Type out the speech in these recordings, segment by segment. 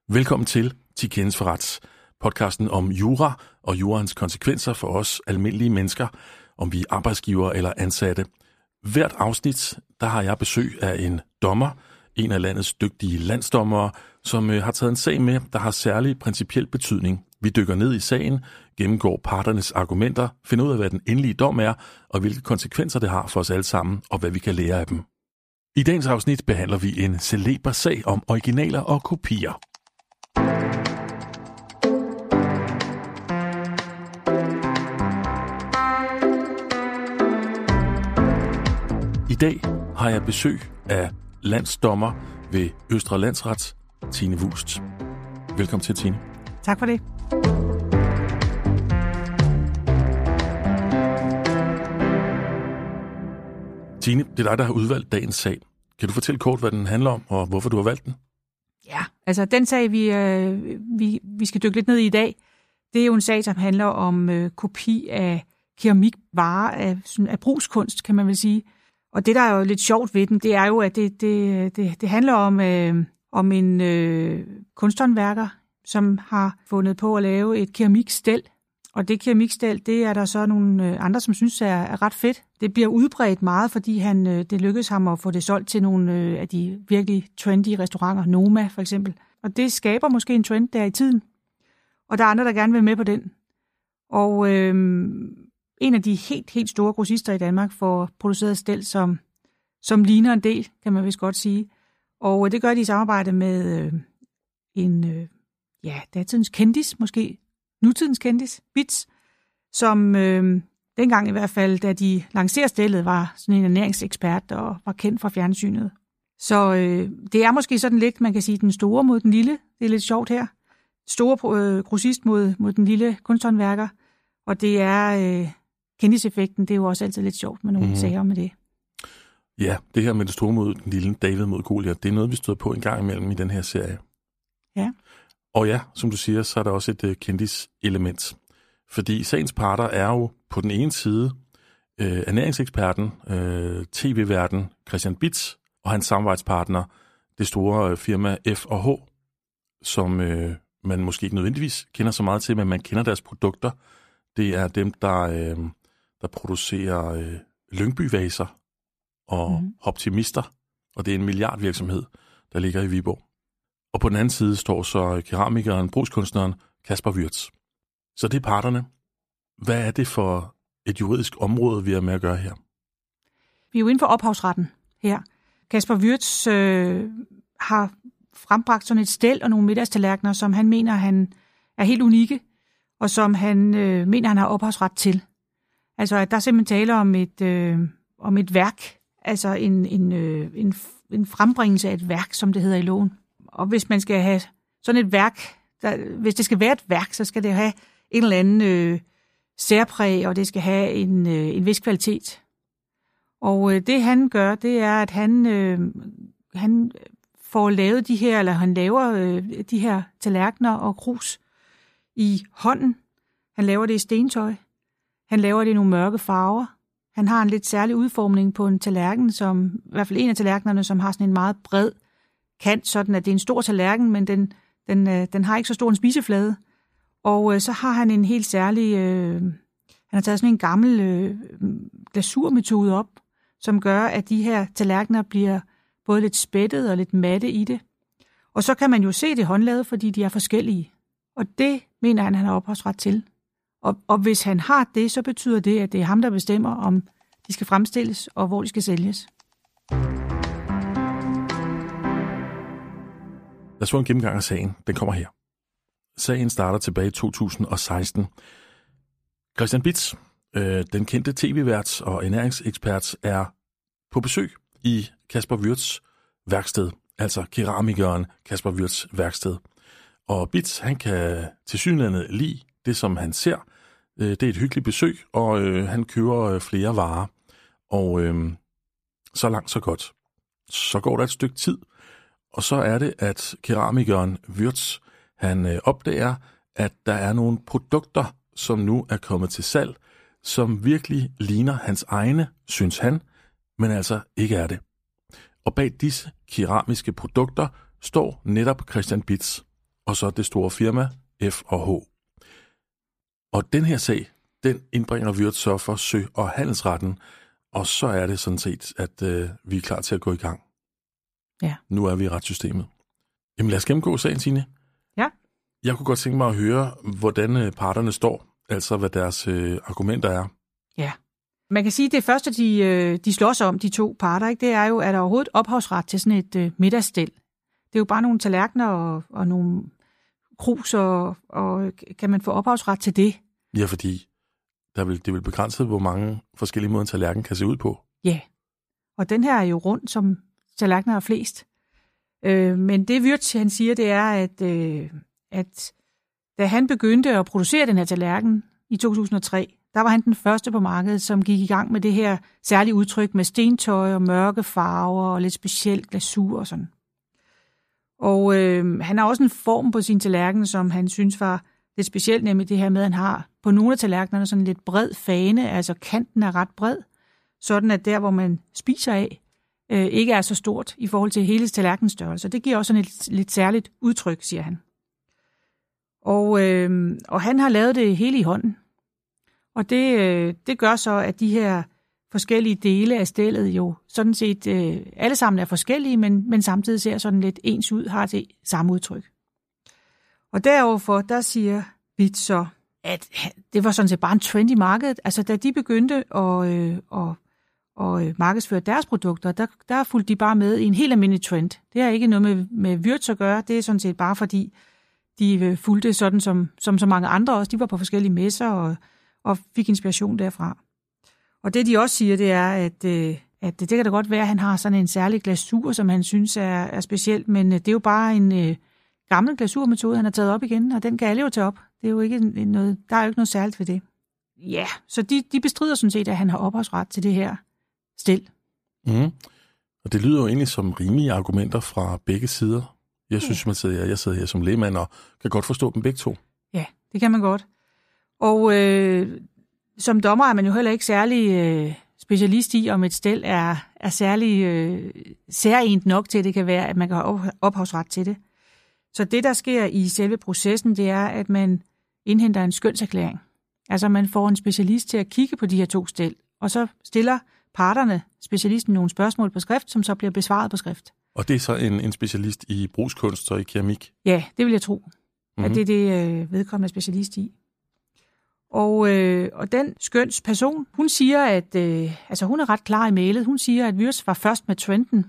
Velkommen til Kendes for Ret, podcasten om jura og juraens konsekvenser for os almindelige mennesker, om vi er arbejdsgivere eller ansatte. Hvert afsnit, der har jeg besøg af en dommer, en af landets dygtige landsdommere, som har taget en sag med, der har særlig principiel betydning. Vi dykker ned i sagen, gennemgår parternes argumenter, finder ud af, hvad den endelige dom er, og hvilke konsekvenser det har for os alle sammen, og hvad vi kan lære af dem. I dagens afsnit behandler vi en celeber sag om originaler og kopier. I dag har jeg besøg af landsdommer ved Østre Landsret, Tine Wust. Velkommen til, Tine. Tak for det. Tine, det er dig, der har udvalgt dagens sag. Kan du fortælle kort, hvad den handler om, og hvorfor du har valgt den? Ja, altså den sag, vi skal dykke lidt ned i dag, det er jo en sag, som handler om kopi af keramikvarer, af brugskunst, kan man vel sige. Og det, der er jo lidt sjovt ved den, det er jo, at det handler om en kunsthåndværker, som har fundet på at lave et keramikstel. Og det keramikstel, det er der så nogle andre, som synes er ret fedt. Det bliver udbredt meget, fordi det lykkedes ham at få det solgt til nogle af de virkelig trendy restauranter, Noma for eksempel. Og det skaber måske en trend der i tiden. Og der er andre, der gerne vil med på den. Og en af de helt store grossister i Danmark får produceret stel, som ligner en del, kan man vist godt sige. Og det gør de i samarbejde med datidens kendis, måske nutidens kendis, Bitz, som dengang i hvert fald, da de lancerede stellet, var sådan en ernæringsekspert og var kendt fra fjernsynet. Så det er måske sådan lidt, man kan sige, den store mod den lille. Det er lidt sjovt her. Store grossist mod den lille kunsthåndværker. Og det er kendiseffekten, det er jo også altid lidt sjovt med nogle sager med det. Ja, det her med det store mod den lille, David mod Goliat, det er noget, vi støder på en gang imellem i den her serie. Ja. Og ja, som du siger, så er der også et kendis-element. Fordi sagens parter er jo på den ene side ernæringseksperten, tv-værten Christian Bitz, og hans samarbejdspartner, det store firma F&H, som man måske ikke nødvendigvis kender så meget til, men man kender deres produkter. Det er dem, der producerer Lyngby-vaser og optimister, og det er en milliardvirksomhed, der ligger i Viborg. Og på den anden side står så keramikeren, brugskunstneren Caspar Würtz. Så det er parterne. Hvad er det for et juridisk område, vi har med at gøre her? Vi er jo inden for ophavsretten her. Caspar Würtz har frembragt sådan et stel og nogle middagstallerkener, som han mener, han er helt unikke, og som han mener, han har ophavsret til. Altså, at der simpelthen taler om et værk, altså en frembringelse af et værk, som det hedder i loven. Og hvis man skal have sådan et værk, hvis det skal være et værk, så skal det have en eller anden særpræg, og det skal have en vis kvalitet. Og det han gør, det er, at han får lavet de her, eller han laver de her tallerkener og krus i hånden. Han laver det i stentøj. Han laver det i nogle mørke farver. Han har en lidt særlig udformning på en tallerken, som i hvert fald en af tallerkenerne, som har sådan en meget bred kant, sådan at det er en stor tallerken, men den har ikke så stor en spiseflade. Og så har han en helt særlig, han har taget sådan en gammel glasurmetode op, som gør, at de her tallerkener bliver både lidt spættet og lidt matte i det. Og så kan man jo se det håndlavet, fordi de er forskellige. Og det mener han har ophavsret til. Og hvis han har det, så betyder det, at det er ham, der bestemmer, om de skal fremstilles og hvor de skal sælges. Lad os få en gennemgang af sagen. Den kommer her. Sagen starter tilbage i 2016. Christian Bitz, den kendte tv-vært og ernæringsekspert, er på besøg i Caspar Würtz' værksted, altså keramikeren Caspar Würtz' værksted. Og Bitz, han kan tilsyneladende lide det, som han ser. Det er et hyggeligt besøg, og han køber flere varer. Og så langt, så godt. Så går der et stykke tid, og så er det, at keramikeren Würtz, han opdager, at der er nogle produkter, som nu er kommet til salg, som virkelig ligner hans egne, synes han, men altså ikke er det. Og bag disse keramiske produkter står netop Christian Bitz. og så det store firma F&H. Og den her sag, den indbringer Würtz så for Sø- og Handelsretten, og så er det sådan set, at vi er klar til at gå i gang. Ja. Nu er vi i retssystemet. Jamen lad os gennemgå sagen, Signe. Ja. Jeg kunne godt tænke mig at høre, hvordan parterne står, altså hvad deres argumenter er. Ja. Man kan sige, at det første, de slås om, de to parter, ikke, det er jo, er der overhovedet ophavsret til sådan et middagsstel. Det er jo bare nogle tallerkener og nogle krus, og kan man få ophavsret til det? Ja, fordi det er vel begrænset, hvor mange forskellige måder en tallerken kan se ud på. Ja, og den her er jo rund, som tallerkener er flest. Men det Würtz, han siger, det er, at da han begyndte at producere den her tallerken i 2003, der var han den første på markedet, som gik i gang med det her særlige udtryk med stentøj og mørke farver og lidt speciel glasur og sådan. Og han har også en form på sin tallerken, som han synes var lidt specielt, nemlig det her med, at han har på nogle af tallerkenerne sådan lidt bred fane, altså kanten er ret bred, sådan at der, hvor man spiser af, ikke er så stort i forhold til hele tallerkenens størrelse. Det giver også sådan et lidt særligt udtryk, siger han. Og han har lavet det hele i hånden. Og det gør så, at de her forskellige dele af stellet jo sådan set alle sammen er forskellige, men samtidig ser sådan lidt ens ud, har det samme udtryk. Og deroverfor, der siger Würtz så, at det var sådan set bare en trend i markedet. Altså da de begyndte at markedsføre deres produkter, der fulgte de bare med i en helt almindelig trend. Det har ikke noget med Würtz at gøre, det er sådan set bare fordi, de fulgte sådan som så mange andre også. De var på forskellige messer og fik inspiration derfra. Og det de også siger, det er, at det kan da godt være, at han har sådan en særlig glasur, som han synes er speciel, men det er jo bare en gammel glasurmetode, han har taget op igen, og den kan alle jo tage op. Det er jo ikke noget, der er jo ikke noget særligt ved det. Ja, så de bestrider sådan set, at han har ophavsret til det her stel. Mm. Og det lyder jo egentlig som rimelige argumenter fra begge sider. Jeg synes, jeg sidder her som lægmand og kan godt forstå dem begge to. Ja, det kan man godt. Og som dommer er man jo heller ikke særlig specialist i, om et stel er særlig særligt nok til, at det kan være, at man kan have ophavsret til det. Så det, der sker i selve processen, det er, at man indhenter en skønserklæring. Altså man får en specialist til at kigge på de her to stel, og så stiller parterne, specialisten, nogle spørgsmål på skrift, som så bliver besvaret på skrift. Og det er så en specialist i brugskunst og i keramik? Ja, det vil jeg tro, at det er det vedkommende er specialist i. Og den skønsperson, hun siger, at hun er ret klar i mailet. Hun siger, at Würtz var først med trenden,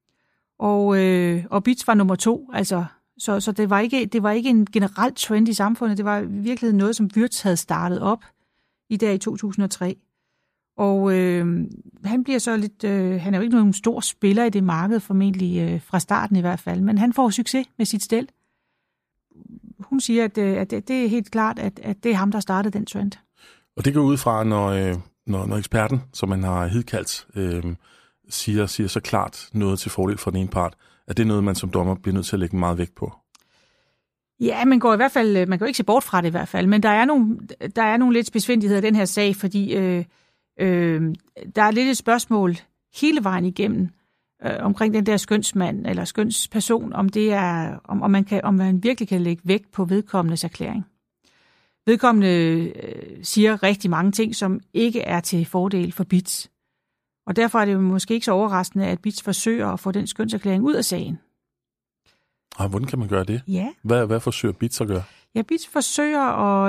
og Bitz var nummer 2. Altså, så det var ikke en generel trend i samfundet. Det var i virkeligheden noget, som Würtz havde startet op i 2003. Og han bliver så lidt, han er jo ikke nogen stor spiller i det marked, formentlig fra starten i hvert fald, men han får succes med sit stel. Hun siger, at det er helt klart, at det er ham, der startede den trend. Og det går ud fra, når eksperten, som man har hidkaldt, siger så klart noget til fordel for den ene part, at det er noget, man som dommer bliver nødt til at lægge meget vægt på. Ja, man kan jo ikke se bort fra det i hvert fald, men der er nogle lidt spidsfindigheder i den her sag, fordi der er lidt et spørgsmål hele vejen igennem omkring den der skønsmand eller skønsperson, om man virkelig kan lægge vægt på vedkommendes erklæring. Vedkommende siger rigtig mange ting, som ikke er til fordel for Bitz. Og derfor er det jo måske ikke så overraskende, at Bitz forsøger at få den skønserklæring ud af sagen. Og hvordan kan man gøre det? Ja. Hvad forsøger Bitz at gøre? Ja, Bitz forsøger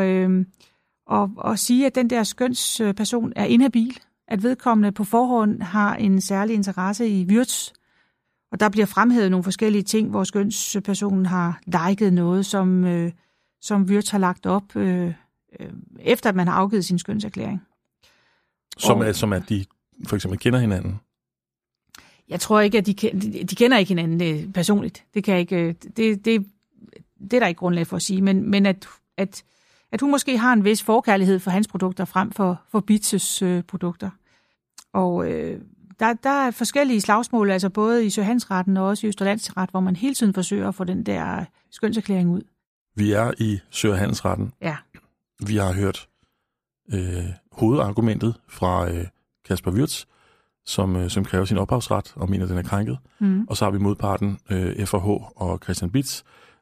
at sige, at den der skønsperson er inhabil, at vedkommende på forhånd har en særlig interesse i Würtz, og der bliver fremhævet nogle forskellige ting, hvor skønspersonen har liket noget, som Würtz har lagt op, efter at man har afgivet sin skønserklæring. Som at de for eksempel kender hinanden? Jeg tror ikke, at de kender ikke hinanden personligt. Det kan ikke, det er der ikke grundlag for at sige, men at hun måske har en vis forkærlighed for hans produkter frem for Bitz's produkter. Og der er forskellige slagsmål, altså både i Sø-Handelsretten og også i Østre Landsret, hvor man hele tiden forsøger at få den der skønserklæring ud. Vi er i Sø-Handelsretten. Ja. Vi har hørt hovedargumentet fra Caspar Würtz, som kræver sin ophavsret og mener, den er krænket. Og så har vi modparten F&H og Christian Bitz,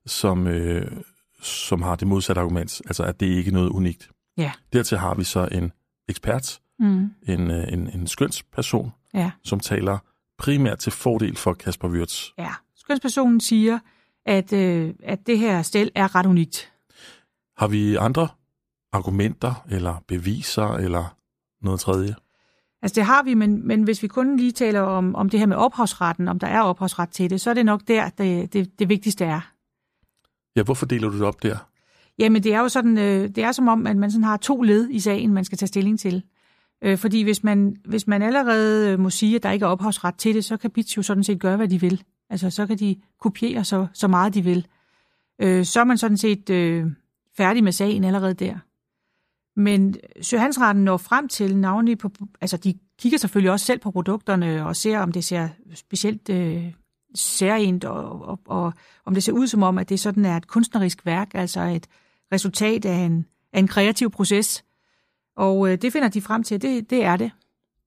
som har det modsatte argument, altså at det ikke er noget unikt. Ja. Dertil har vi så en ekspert, en skønsperson, som taler primært til fordel for Caspar Würtz. Ja, skønspersonen siger, at det her stel er ret unikt. Har vi andre argumenter eller beviser eller noget tredje? Altså det har vi, men hvis vi kun lige taler om det her med ophavsretten, om der er ophavsret til det, så er det nok der, det vigtigste er. Ja, hvorfor deler du det op der? Jamen det er jo sådan, det er som om, at man sådan har 2 led i sagen, man skal tage stilling til. Fordi hvis man allerede må sige, at der ikke er ophavsret til det, så kan Bitz jo sådan set gøre, hvad de vil. Altså så kan de kopiere så meget de vil. Så er man sådan set færdig med sagen allerede der. Men Søhandsretten når frem til navnlig på, altså de kigger selvfølgelig også selv på produkterne og ser, om det ser specielt særligt, og om det ser ud som om, at det sådan er et kunstnerisk værk, altså et resultat af en kreativ proces. Og det finder de frem til, det er det.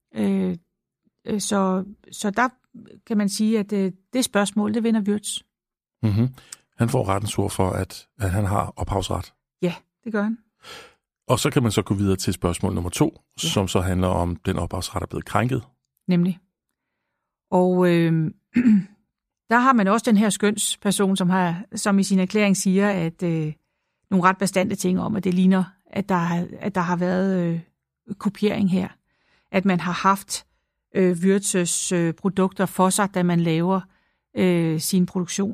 Så der kan man sige, at det spørgsmål, det vinder Würtz. Mm-hmm. Han får rettens ord for, at han har ophavsret. Ja, det gør han. Og så kan man så gå videre til spørgsmål nummer 2, som så handler om, den ophavsret er blevet krænket. Nemlig. Og der har man også den her skønsperson, som i sin erklæring siger, at nogle ret bastante ting om, at det ligner, at der har været kopiering her. At man har haft Würtz's produkter for sig, da man laver sin produktion.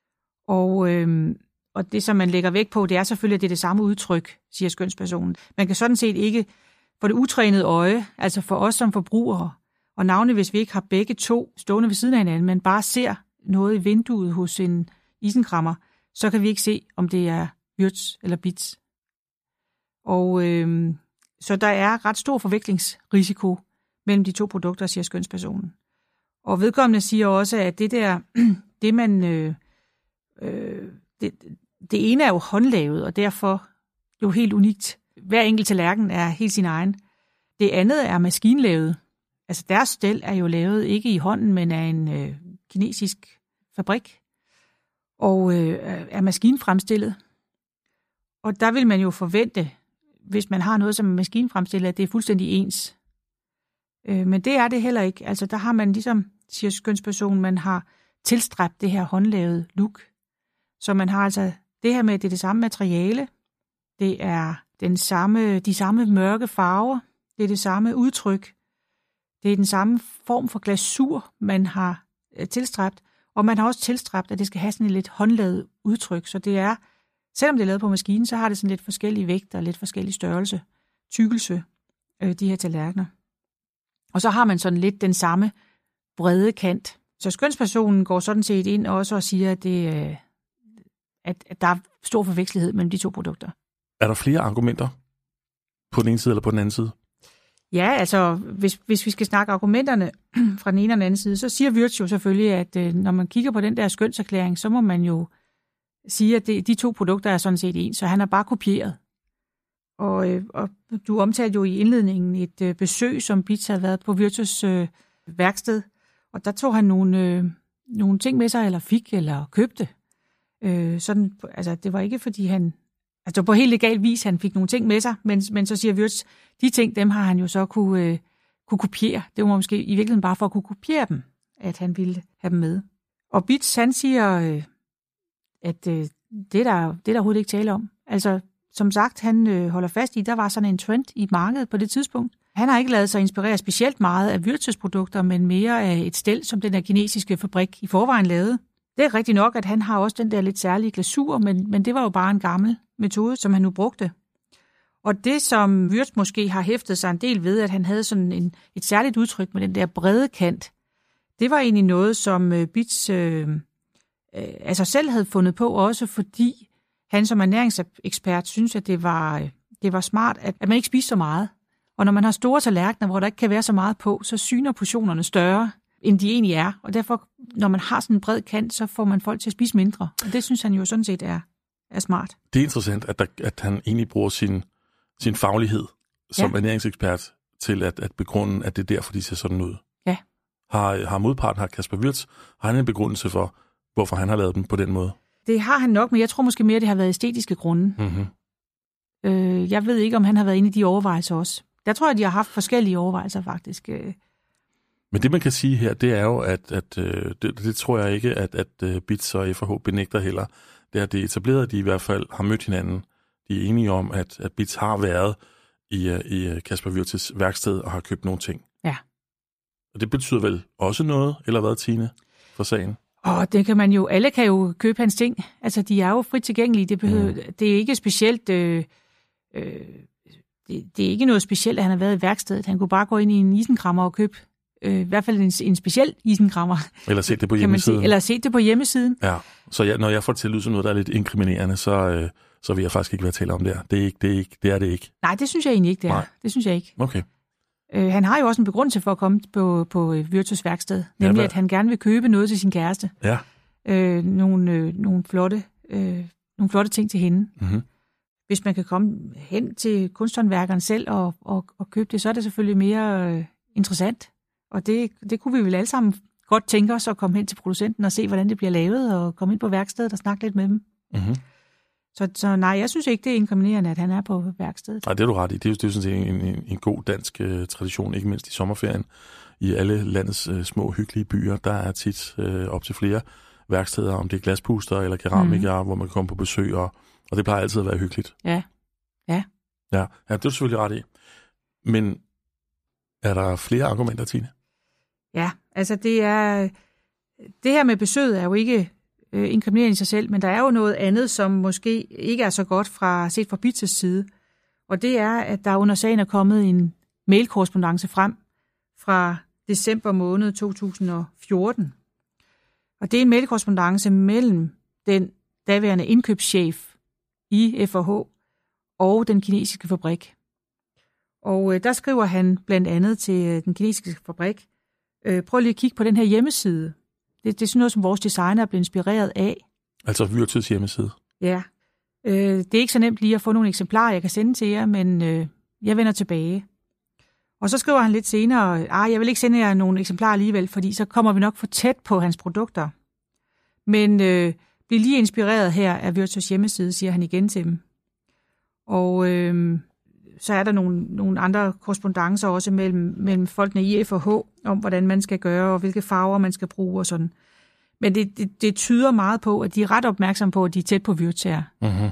Og det, som man lægger vægt på, det er selvfølgelig, at det er det samme udtryk, siger skønspersonen. Man kan sådan set ikke for det utrænede øje, altså for os som forbrugere, og navnlig hvis vi ikke har begge to stående ved siden af hinanden, men bare ser noget i vinduet hos en isenkrammer, så kan vi ikke se, om det er Würtz eller Bitz. Og så der er ret stor forvekslingsrisiko mellem de 2 produkter, siger skønspersonen. Og vedkommende siger også, at det ene er jo håndlavet, og derfor jo helt unikt. Hver enkelt tallerken er helt sin egen. Det andet er maskinlavet. Altså deres stel er jo lavet ikke i hånden, men af en kinesisk fabrik, og er maskinfremstillet. Og der vil man jo forvente, hvis man har noget, som er maskinfremstillet, at det er fuldstændig ens. Men det er det heller ikke. Altså der har man ligesom, siger skønspersonen, man har tilstræbt det her håndlavede look. Så man har altså det her med, at det er det samme materiale, det er de samme mørke farver, det er det samme udtryk, det er den samme form for glasur, man har tilstræbt, og man har også tilstræbt, at det skal have sådan et lidt håndlavet udtryk. Så det er, selvom det er lavet på maskinen, så har det sådan lidt forskellige vægter, lidt forskellig størrelse, tykkelse, de her tallerkener. Og så har man sådan lidt den samme brede kant. Så skønspersonen går sådan set ind også og siger, at der er stor forvekslighed mellem de 2 produkter. Er der flere argumenter på den ene side eller på den anden side? Ja, altså hvis vi skal snakke argumenterne fra den ene og den anden side, så siger Würtz jo selvfølgelig, at når man kigger på den der skønserklæring, så må man jo sige, at de 2 produkter er sådan set ens, så han har bare kopieret. Og du omtalte jo i indledningen et besøg, som Bitz havde været på Würtz's værksted, og der tog han nogle ting med sig, eller fik, eller købte. Sådan, altså det var ikke fordi han, altså på helt legal vis, han fik nogle ting med sig, men så siger Würtz, de ting, dem har han jo så kunne kopiere. Det var måske i virkeligheden bare for at kunne kopiere dem, at han ville have dem med. Og Bitz, han siger, at det er der overhovedet ikke tale om. Altså, som sagt, han holder fast i, der var sådan en trend i markedet på det tidspunkt. Han har ikke ladet sig inspirere specielt meget af Würtz's produkter, men mere af et stel, som den der kinesiske fabrik i forvejen lavede. Det er rigtigt nok, at han har også den der lidt særlige glasur, men det var jo bare en gammel metode, som han nu brugte. Og det, som Würtz måske har hæftet sig en del ved, at han havde sådan et særligt udtryk med den der brede kant, det var egentlig noget, som Bitz altså selv havde fundet på, også fordi han som ernæringsekspert synes, at det var smart, at man ikke spiser så meget. Og når man har store tallerkener, hvor der ikke kan være så meget på, så syner portionerne større, end de egentlig er. Og derfor, når man har sådan en bred kant, så får man folk til at spise mindre. Og det synes han jo sådan set er smart. Det er interessant, at han egentlig bruger sin faglighed som ernæringsekspert til at begrunde, at det er derfor, de ser sådan ud. Ja. Har modparten, Caspar Würtz, har han en begrundelse for, hvorfor han har lavet dem på den måde? Det har han nok, men jeg tror måske mere, det har været æstetiske grunde. Mm-hmm. Jeg ved ikke, om han har været inde i de overvejelser også. Der tror jeg, de har haft forskellige overvejelser, faktisk. Men det, man kan sige her, det er jo, at det tror jeg ikke, at Bitz og FH benægter heller. Det er det etablerede, at de i hvert fald har mødt hinanden. De er enige om, at Bitz har været i Caspar Würtz's værksted og har købt nogle ting. Ja. Og det betyder vel også noget, eller hvad, Tine, for sagen? Og det kan man jo, alle kan jo købe hans ting. Altså, de er jo frit tilgængelige. Det er ikke specielt, det er ikke noget specielt, at han har været i værkstedet. Han kunne bare gå ind i en isenkrammer og købe i hvert fald en speciel isenkrammer. Eller se det på hjemmesiden. Eller se det på hjemmesiden. Ja, så når jeg får til at lyde som noget, der er lidt inkriminerende, så vil jeg faktisk ikke være tale om det her. Det er det ikke. Nej, det synes jeg egentlig ikke, det er. Nej. Det synes jeg ikke. Okay. Han har jo også en begrundelse for at komme på Würtz's værksted, nemlig at han gerne vil købe noget til sin kæreste. Ja. Nogle flotte ting til hende. Mm-hmm. Hvis man kan komme hen til kunsthåndværkeren selv og købe det, så er det selvfølgelig mere interessant. Og det kunne vi vel alle sammen godt tænke os at komme hen til producenten og se, hvordan det bliver lavet, og komme ind på værkstedet og snakke lidt med dem. Mm-hmm. Så nej, jeg synes ikke, det er inkriminerende, at han er på værkstedet. Nej, det er du ret i. Det er jo sådan set en god dansk tradition, ikke mindst i sommerferien. I alle landets små, hyggelige byer, der er tit op til flere værksteder, om det er glaspuster eller keramikere, hvor man kan komme på besøg, og det plejer altid at være hyggeligt. Ja, det er du selvfølgelig ret i. Men er der flere argumenter, Tine? Ja, altså det her med besøget er jo ikke inkriminerende i sig selv, men der er jo noget andet, som måske ikke er så godt set fra Bitz's side. Og det er, at der under sagen er kommet en mailkorrespondance frem fra december måned 2014. Og det er en mailkorrespondance mellem den daværende indkøbschef i FH og den kinesiske fabrik. Og der skriver han blandt andet til den kinesiske fabrik, prøv lige at kigge på den her hjemmeside. Det er sådan noget, som vores designer er blevet inspireret af. Altså Würtz's hjemmeside? Ja. Det er ikke så nemt lige at få nogle eksemplarer, jeg kan sende til jer, men jeg vender tilbage. Og så skriver han lidt senere, jeg vil ikke sende jer nogle eksemplarer alligevel, fordi så kommer vi nok for tæt på hans produkter. Men bliv lige inspireret her af Würtz's hjemmeside, siger han igen til dem. Og så er der nogle andre korrespondancer også mellem folkene i FH om, hvordan man skal gøre, og hvilke farver man skal bruge og sådan. Men det tyder meget på, at de er ret opmærksomme på, at de er tæt på Würtz her. Mm-hmm.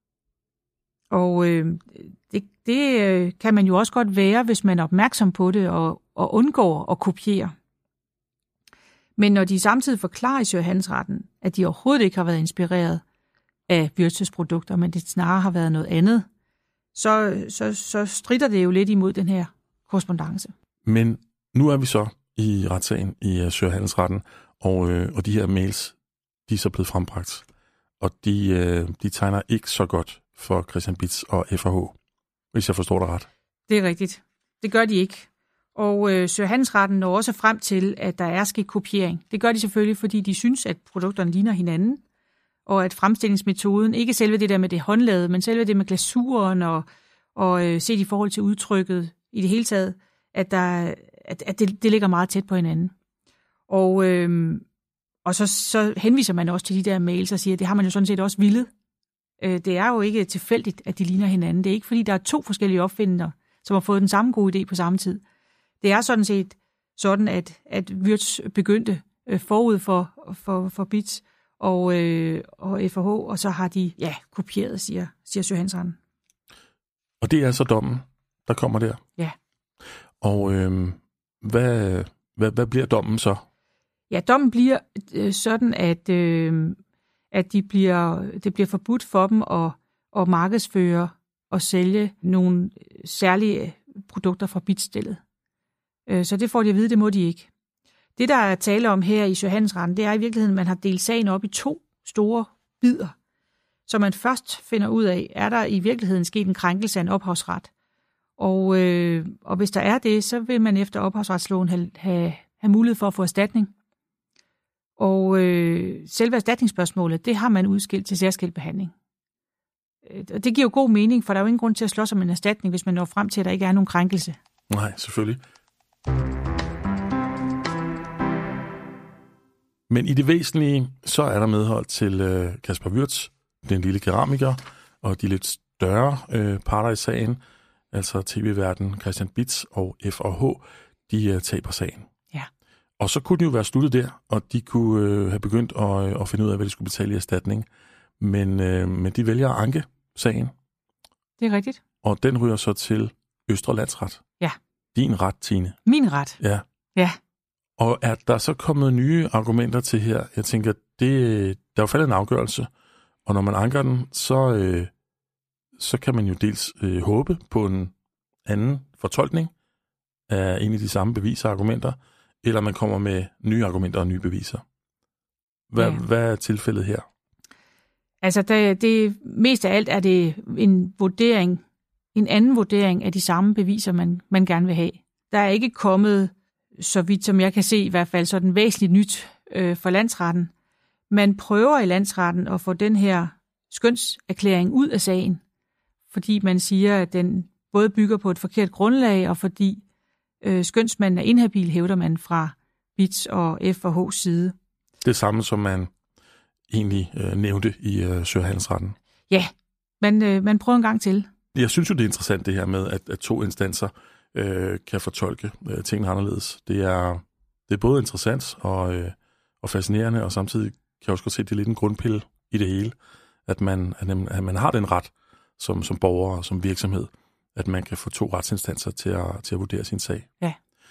Og det kan man jo også godt være, hvis man er opmærksom på det og undgår at kopiere. Men når de samtidig forklarer i Sø-Handelsretten, at de overhovedet ikke har været inspireret af Würtz's produkter, men det snarere har været noget andet, så strider det jo lidt imod den her korrespondance. Men nu er vi så i retssagen i Sø-Handelsretten, og de her mails, de er så blevet frembragt. Og de tegner ikke så godt for Christian Bitz og FH, hvis jeg forstår det ret. Det er rigtigt. Det gør de ikke. Og Sø-Handelsretten når også frem til, at der er sket kopiering. Det gør de selvfølgelig, fordi de synes, at produkterne ligner hinanden, og at fremstillingsmetoden, ikke selve det der med det håndlavede, men selve det med glasuren og set i forhold til udtrykket i det hele taget, at det ligger meget tæt på hinanden. Og så henviser man også til de der mails og siger, at det har man jo sådan set også villet. Det er jo ikke tilfældigt, at de ligner hinanden. Det er ikke, fordi der er to forskellige opfindere, som har fået den samme gode idé på samme tid. Det er sådan set sådan, at Würtz begyndte forud for Bitz og FH, og så har de kopieret, siger Sø-Handelsretten. Og det er altså dommen, der kommer der? Ja. Og hvad bliver dommen så? Ja, dommen bliver sådan, at det bliver forbudt for dem at markedsføre og sælge nogle særlige produkter fra Bitz-stillet. Så det får de at vide, det må de ikke. Det, der er tale om her i Sø-Handelsretten, det er i virkeligheden, at man har delt sagen op i 2 store bidder, så man først finder ud af, er der i virkeligheden sket en krænkelse af en ophavsret. Og hvis der er det, så vil man efter ophavsretsloven have mulighed for at få erstatning. Og selve erstatningsspørgsmålet, det har man udskilt til særskilt behandling. Og det giver jo god mening, for der er jo ingen grund til at slås om en erstatning, hvis man når frem til, at der ikke er nogen krænkelse. Nej, selvfølgelig. Men i det væsentlige, så er der medhold til Caspar Würtz, den lille keramiker, og de lidt større parter i sagen, altså TV-værten Christian Bitz og F&H, de taber sagen. Ja. Og så kunne det jo være sluttet der, og de kunne have begyndt at finde ud af, hvad de skulle betale i erstatning. Men de vælger at anke sagen. Det er rigtigt. Og den ryger så til Østre Landsret. Ja. Din ret, Tine. Min ret. Ja. Ja. Og er der så kommet nye argumenter til her? Jeg tænker, der er jo faldet en afgørelse, og når man anker den, så kan man jo dels håbe på en anden fortolkning af en af de samme beviser og argumenter, eller man kommer med nye argumenter og nye beviser. Hvad er tilfældet her? Altså, det mest af alt er det en anden vurdering af de samme beviser, man gerne vil have. Der er ikke kommet, så vidt som jeg kan se, i hvert fald sådan væsentligt nyt for landsretten. Man prøver i landsretten at få den her skønserklæring ud af sagen, fordi man siger, at den både bygger på et forkert grundlag, og fordi skønsmanden er inhabil, hævder man fra Bitz og F&H's side. Det samme, som man egentlig nævnte i Søhandelsretten. Ja, man prøver en gang til. Jeg synes jo, det er interessant det her med, at to instanser kan fortolke tingene anderledes. Det er både interessant og fascinerende, og samtidig kan jeg også godt se, at det er lidt en grundpille i det hele, at man har den ret som borger og som virksomhed, at man kan få to retsinstanser til at vurdere sin sag. Ja.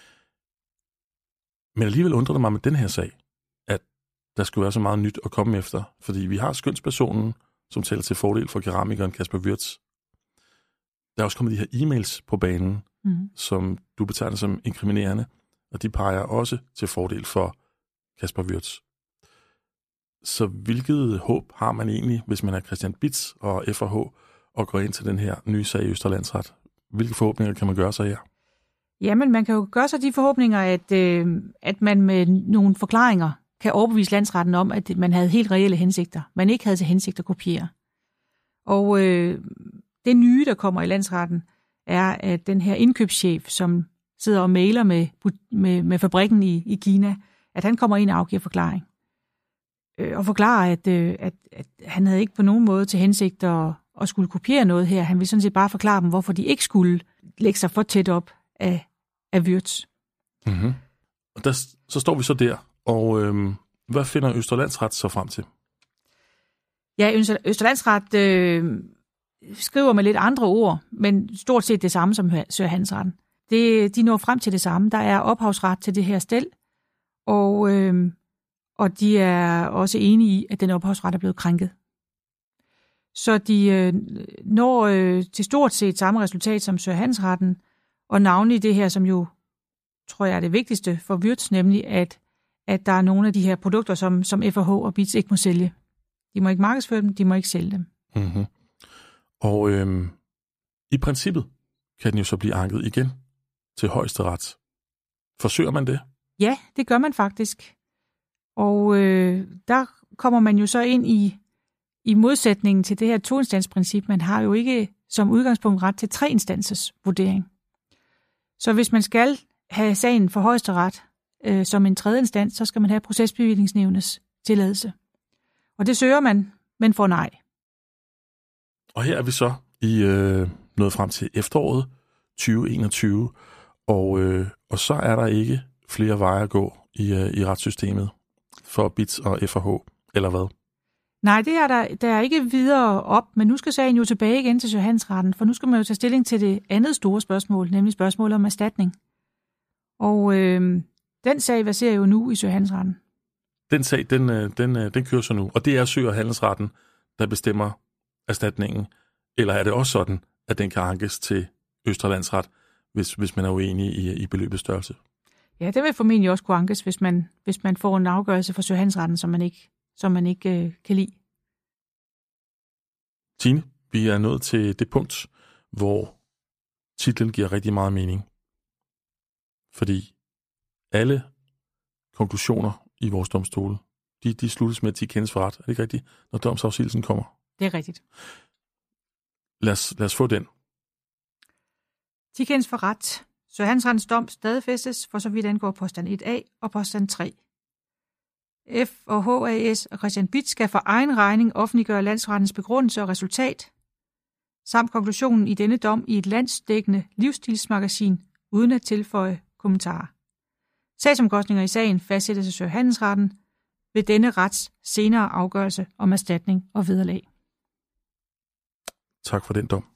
Men alligevel undrer det mig med den her sag, at der skulle være så meget nyt at komme efter, fordi vi har skønspersonen, som tæller til fordel for keramikeren Caspar Würtz. Der er også kommet de her e-mails på banen, som du betegner som inkriminerende, og de peger også til fordel for Caspar Würtz. Så hvilket håb har man egentlig, hvis man er Christian Bitz og F&H, og går ind til den her nye sag i Østre Landsret? Hvilke forhåbninger kan man gøre sig her? Jamen, man kan jo gøre sig de forhåbninger, at man med nogle forklaringer kan overbevise landsretten om, at man havde helt reelle hensigter. Man ikke havde til hensigt at kopiere. Og det nye, der kommer i landsretten, er, at den her indkøbschef, som sidder og mailer med fabrikken i Kina, at han kommer ind og afgiver forklaring. Og forklarer, at han havde ikke på nogen måde til hensigt at skulle kopiere noget her. Han ville sådan set bare forklare dem, hvorfor de ikke skulle lægge sig for tæt op af Würtz. Mm-hmm. Og så står vi så der, og hvad finder Østre Landsret så frem til? Ja, Østre Landsret skriver med lidt andre ord, men stort set det samme som Søhandelsretten. De når frem til det samme. Der er ophavsret til det her stel, og de er også enige i, at den ophavsret er blevet krænket. Så de når til stort set samme resultat som Søhandelsretten, og navnlig det her, som jo, tror jeg, er det vigtigste for Würtz, nemlig at der er nogle af de her produkter, som F&H og Bitz ikke må sælge. De må ikke markedsføre dem, de må ikke sælge dem. Mm-hmm. Og i princippet kan den jo så blive anket igen til højesteret. Forsøger man det? Ja, det gør man faktisk. Og der kommer man jo så ind i modsætningen til det her toinstansprincip. Man har jo ikke som udgangspunkt ret til treinstansers vurdering. Så hvis man skal have sagen for højesteret som en tredje instans, så skal man have procesbevillingsnævnets tilladelse. Og det søger man, men får nej. Og her er vi så i nået frem til efteråret 2021, og så er der ikke flere veje at gå i retssystemet for Bitz og F&H, eller hvad? Nej, det er der er ikke videre op, men nu skal sagen jo tilbage igen til Søhandelsretten, for nu skal man jo tage stilling til det andet store spørgsmål, nemlig spørgsmålet om erstatning. Og den sag verserer jo nu i Søhandelsretten. Den sag, den kører så nu, og det er Søhandelsretten, der bestemmer erstatningen, eller er det også sådan, at den kan ankes til Østre Landsret, hvis man er uenig i beløbets størrelse? Ja, det vil formentlig også kunne ankes, hvis man får en afgørelse fra Søhandelsretten, som man ikke kan lide. Tine, vi er nået til det punkt, hvor titlen giver rigtig meget mening. Fordi alle konklusioner i vores domstole, de sluttes med, at de kendes for ret. Er det ikke rigtigt, når domsafsigelsen kommer? Det er rigtigt. Lad os få den. De kendes for ret. Søhandelsrettens dom stadfæstes, for så vidt angår påstand 1a og påstand 3. F&H A/S og Christian Bitz skal for egen regning offentliggøre landsrettens begrundelse og resultat, samt konklusionen i denne dom i et landsdækkende livsstilsmagasin, uden at tilføje kommentarer. Sagsomkostninger i sagen fastsættes af Sø- og Handelsretten ved denne rets senere afgørelse om erstatning og vederlag. Tak for den dom.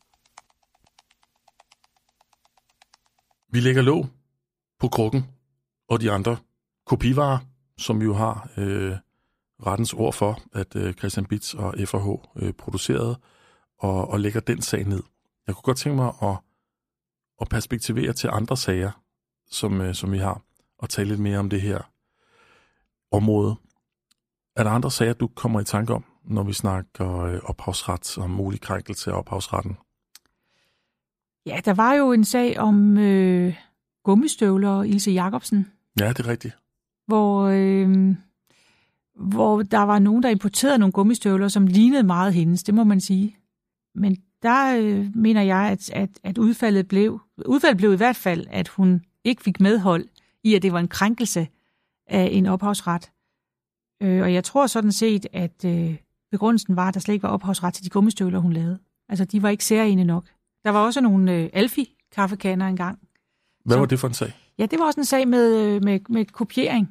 Vi lægger låg på krukken og de andre kopivarer, som vi jo har rettens ord for, at Christian Bitz og F&H producerede, og lægger den sag ned. Jeg kunne godt tænke mig at perspektivere til andre sager, som vi har, og tale lidt mere om det her område. Er der andre sager, du kommer i tanke om, når vi snakker ophavsret og mulig krænkelse af ophavsretten? Ja, der var jo en sag om gummistøvler og Ilse Jacobsen. Ja, det er rigtigt. Hvor der var nogen, der importerede nogle gummistøvler, som lignede meget hendes, det må man sige. Men der mener jeg, at udfaldet blev i hvert fald, at hun ikke fik medhold i, at det var en krænkelse af en ophavsret. Og jeg tror sådan set, at begrundelsen var, at der slet ikke var ophavsret til de gummistøvler, hun lavede. Altså, de var ikke særlige nok. Der var også nogle Alfie-kaffekander engang. Hvad var det for en sag? Ja, det var også en sag med kopiering,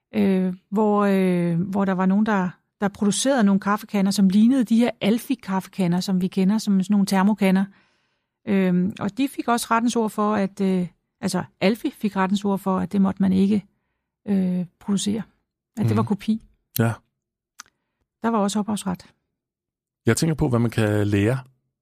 hvor der var nogen, der producerede nogle kaffekander, som lignede de her Alfie-kaffekander, som vi kender som sådan nogle termokander. Og de fik også rettens ord for, at Alfie fik rettens ord for, at det måtte man ikke producere. At det var kopi. Ja. Der var også ophavsret. Jeg tænker på, hvad man kan lære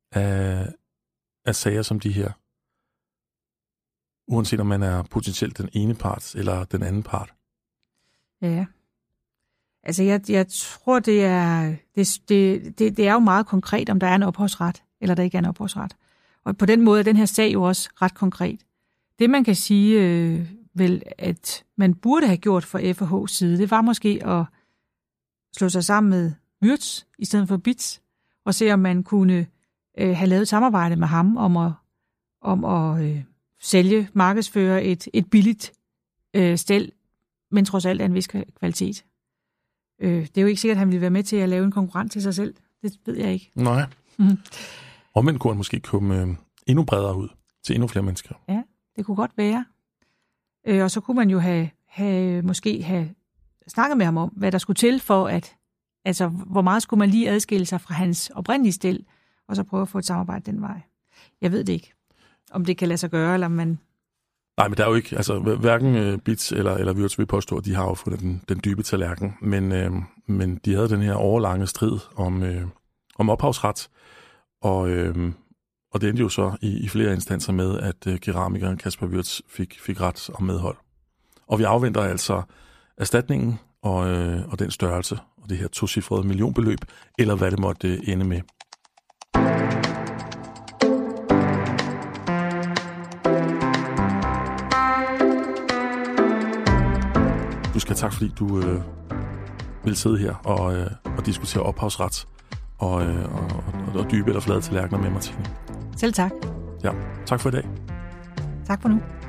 af sager som de her. Uanset om man er potentielt den ene part eller den anden part. Ja. Altså, jeg tror, det er jo meget konkret, om der er en ophavsret, eller der ikke er en ophavsret. Og på den måde er den her sag jo også ret konkret. Det, man kan sige, vel, at man burde have gjort fra F&H's side, det var måske at slå sig sammen med Würtz i stedet for Bitz, og se, om man kunne have lavet et samarbejde med ham om at sælge, markedsføre et billigt stel, men trods alt af en vis kvalitet. Det er jo ikke sikkert, at han ville være med til at lave en konkurrent til sig selv. Det ved jeg ikke. Nej. Omvendt kunne han måske komme endnu bredere ud til endnu flere mennesker. Ja, det kunne godt være. Og så kunne man jo måske have snakket med ham om, hvad der skulle til for at, altså hvor meget skulle man lige adskille sig fra hans oprindelige stel, og så prøve at få et samarbejde den vej. Jeg ved det ikke, om det kan lade sig gøre, eller om man... Nej, men der er jo ikke, altså hverken Bitz eller Würtz vil påstå, at de har jo fundet den dybe tallerken, men de havde den her årelange strid om ophavsret, og det endte jo så i flere instanser med, at keramikeren Caspar Würtz fik ret og medhold. Og vi afventer altså erstatningen og den størrelse, og det her tocifrede millionbeløb, eller hvad det måtte ende med. Du skal tak, fordi du vil sidde her og diskutere ophavsret og dybe eller flade tallerkener med Martine. Selv tak. Ja, tak for i dag. Tak for nu.